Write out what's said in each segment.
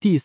第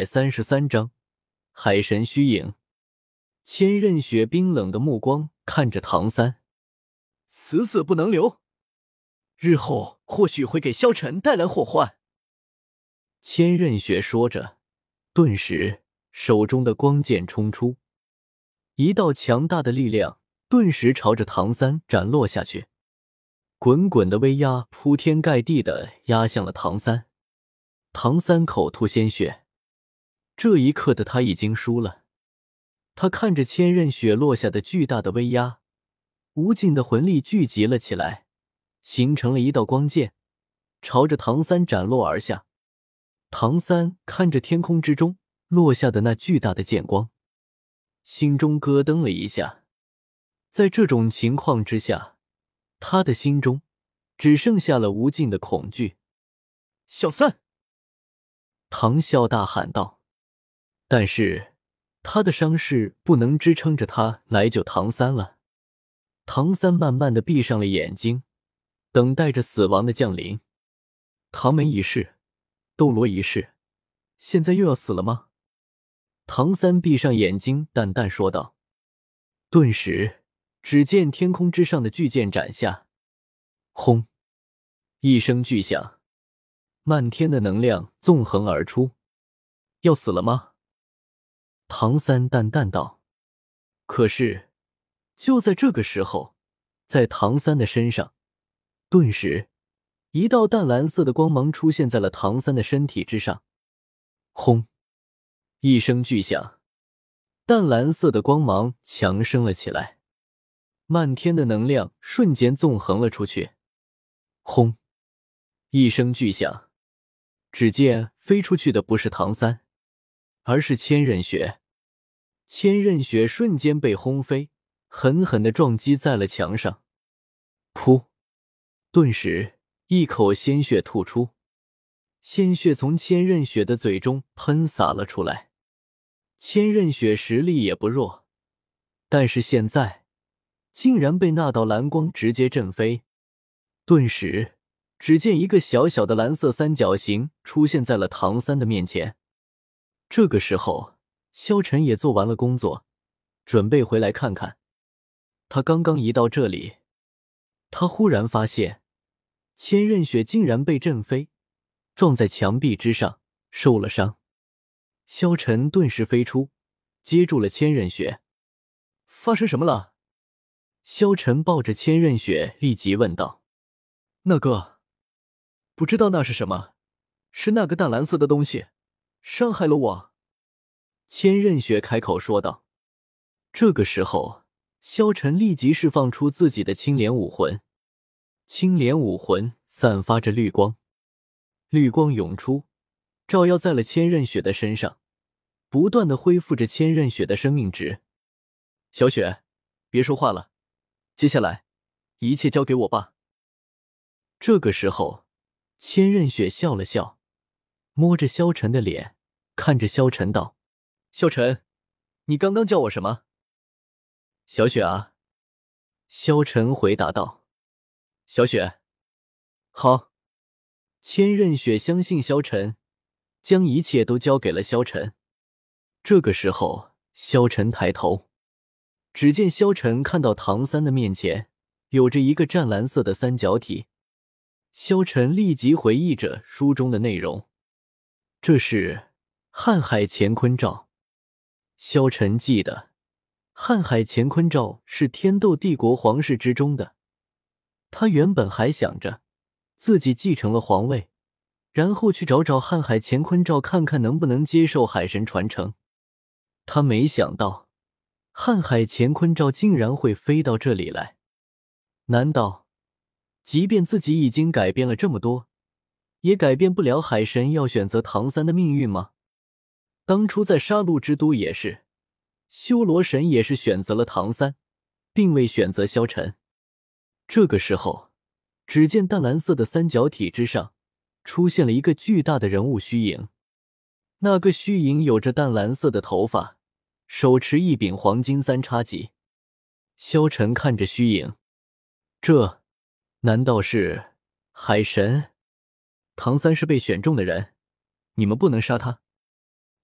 333章海神虚影。千仞雪冰冷的目光看着唐三， 此子不能留，日后或许会给萧晨带来祸患。 千仞雪说着，顿时手中的光剑冲出，一道强大的力量顿时朝着唐三斩落下去，滚滚的威压铺天盖地的压向了唐三。唐三口吐鲜血，这一刻的他已经输了。他看着千仞雪落下的巨大的威压，无尽的魂力聚集了起来，形成了一道光剑，朝着唐三斩落而下。唐三看着天空之中落下的那巨大的剑光，心中咯噔了一下。在这种情况之下，他的心中只剩下了无尽的恐惧。 小三！ 唐啸大喊道，但是他的伤势不能支撑着他来救唐三了。唐三慢慢的闭上了眼睛，等待着死亡的降临。唐门一世，斗罗一世，现在又要死了吗？唐三闭上眼睛淡淡说道。顿时只见天空之上的巨剑斩下，轰一声巨响，漫天的能量纵横而出。要死了吗？唐三淡淡道。可是就在这个时候，在唐三的身上，顿时一道淡蓝色的光芒出现在了唐三的身体之上。轰一声巨响，淡蓝色的光芒强升了起来，漫天的能量瞬间纵横了出去。轰一声巨响，只见飞出去的不是唐三，而是千仞雪。千仞雪瞬间被轰飞，狠狠地撞击在了墙上。噗！顿时一口鲜血吐出，鲜血从千仞雪的嘴中喷洒了出来。千仞雪实力也不弱，但是现在竟然被那道蓝光直接震飞。顿时只见一个小小的蓝色三角形出现在了唐三的面前。这个时候萧晨也做完了工作，准备回来看看。他刚刚一到这里，他忽然发现千仞雪竟然被震飞，撞在墙壁之上，受了伤。萧晨顿时飞出，接住了千仞雪。发生什么了？萧晨抱着千仞雪立即问道。 那个，不知道那是什么，是那个淡蓝色的东西，伤害了我。 千仞雪开口说道。这个时候，萧晨立即释放出自己的青莲武魂。青莲武魂散发着绿光，绿光涌出，照耀在了千仞雪的身上，不断的恢复着千仞雪的生命值。 小雪，别说话了，接下来一切交给我吧。 这个时候，千仞雪笑了笑，摸着萧晨的脸，看着萧晨道： 萧晨，你刚刚叫我什么？ 小雪啊。萧晨回答道。 小雪。 好。千仞雪相信萧晨，将一切都交给了萧晨。这个时候，萧晨抬头，只见萧晨看到唐三的面前有着一个湛蓝色的三角体。萧晨立即回忆着书中的内容，这是瀚海乾坤罩。萧晨记得瀚海乾坤罩是天斗帝国皇室之中的，他原本还想着自己继承了皇位，然后去找找瀚海乾坤罩，看看能不能接受海神传承。他没想到瀚海乾坤罩竟然会飞到这里来。难道即便自己已经改变了这么多，也改变不了海神要选择唐三的命运吗？当初在杀戮之都也是，修罗神也是选择了唐三，并未选择萧晨。这个时候，只见淡蓝色的三角体之上出现了一个巨大的人物虚影。那个虚影有着淡蓝色的头发，手持一柄黄金三叉戟。萧晨看着虚影，这难道是海神？唐三是被选中的人，你们不能杀他。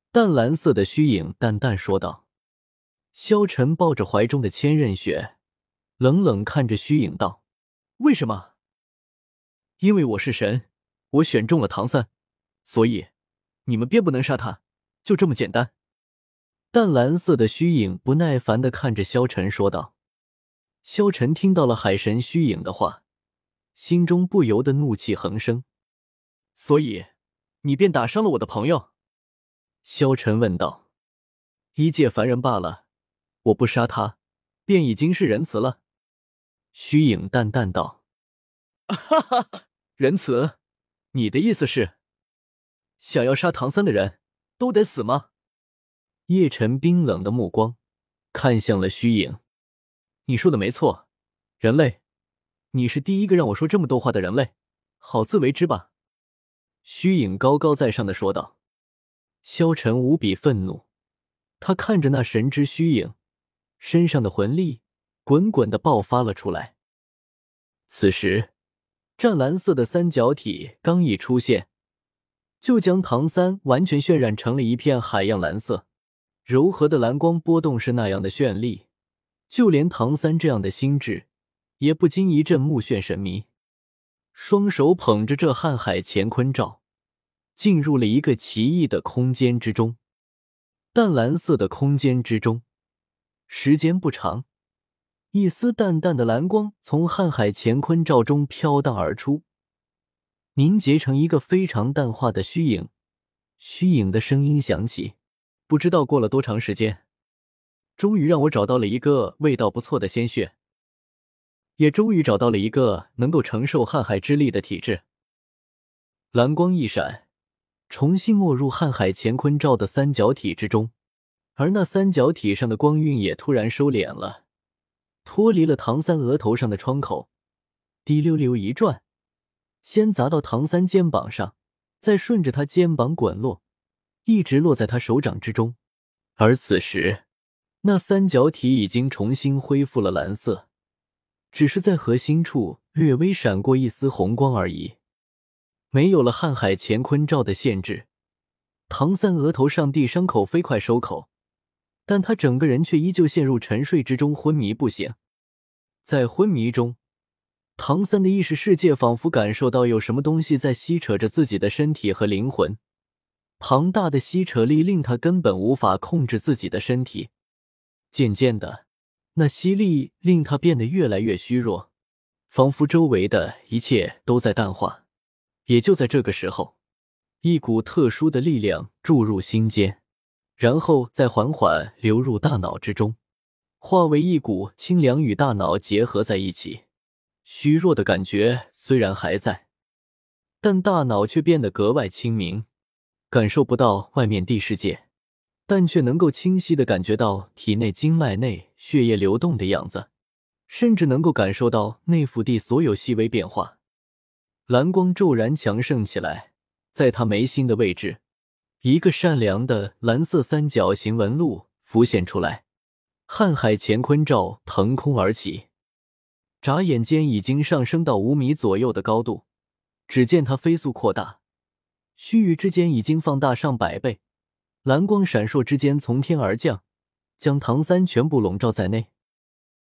淡蓝色的虚影淡淡说道。萧晨抱着怀中的千仞雪，冷冷看着虚影道： 为什么？因为我是神，我选中了唐三，所以你们便不能杀他，就这么简单。 淡蓝色的虚影不耐烦地看着萧晨说道。萧晨听到了海神虚影的话，心中不由得怒气横生。 所以你便打伤了我的朋友？ 萧晨问道。一介凡人罢了，我不杀他，便已经是仁慈了。虚影淡淡道。 哈哈，仁慈？你的意思是，想要杀唐三的人都得死吗？ 叶晨冰冷的目光看向了虚影。 你说的没错，人类，你是第一个让我说这么多话的人类，好自为之吧。 虚影高高在上的说道。萧晨无比愤怒，他看着那神之虚影，身上的魂力滚滚的爆发了出来。此时湛蓝色的三角体刚一出现，就将唐三完全渲染成了一片海洋蓝色，柔和的蓝光波动是那样的绚丽，就连唐三这样的心智也不禁一阵目眩神迷，双手捧着这瀚海乾坤罩，进入了一个奇异的空间之中。淡蓝色的空间之中，时间不长，一丝淡淡的蓝光从瀚海乾坤罩中飘荡而出，凝结成一个非常淡化的虚影。虚影的声音响起： 不知道过了多长时间，终于让我找到了一个味道不错的鲜血，也终于找到了一个能够承受瀚海之力的体质。 蓝光一闪，重新没入瀚海乾坤罩的三角体之中，而那三角体上的光晕也突然收敛了，脱离了唐三额头上的窗口，滴溜溜一转，先砸到唐三肩膀上，再顺着他肩膀滚落，一直落在他手掌之中。而此时那三角体已经重新恢复了蓝色，只是在核心处略微闪过一丝红光而已。没有了瀚海乾坤罩的限制，唐三额头上地伤口飞快收口，但他整个人却依旧陷入沉睡之中，昏迷不醒。在昏迷中，唐三的意识世界仿佛感受到有什么东西在吸扯着自己的身体和灵魂，庞大的吸扯力令他根本无法控制自己的身体。渐渐的，那吸力令他变得越来越虚弱，仿佛周围的一切都在淡化。也就在这个时候，一股特殊的力量注入心间，然后再缓缓流入大脑之中，化为一股清凉，与大脑结合在一起。虚弱的感觉虽然还在，但大脑却变得格外清明，感受不到外面地世界，但却能够清晰地感觉到体内经脉内血液流动的样子，甚至能够感受到内腹地所有细微变化。蓝光骤然强盛起来，在他眉心的位置，一个善良的蓝色三角形纹路浮现出来，瀚海乾坤罩腾空而起，眨眼间已经上升到5米左右的高度。只见它飞速扩大，须臾之间已经放大上100倍，蓝光闪烁之间从天而降，将唐三全部笼罩在内。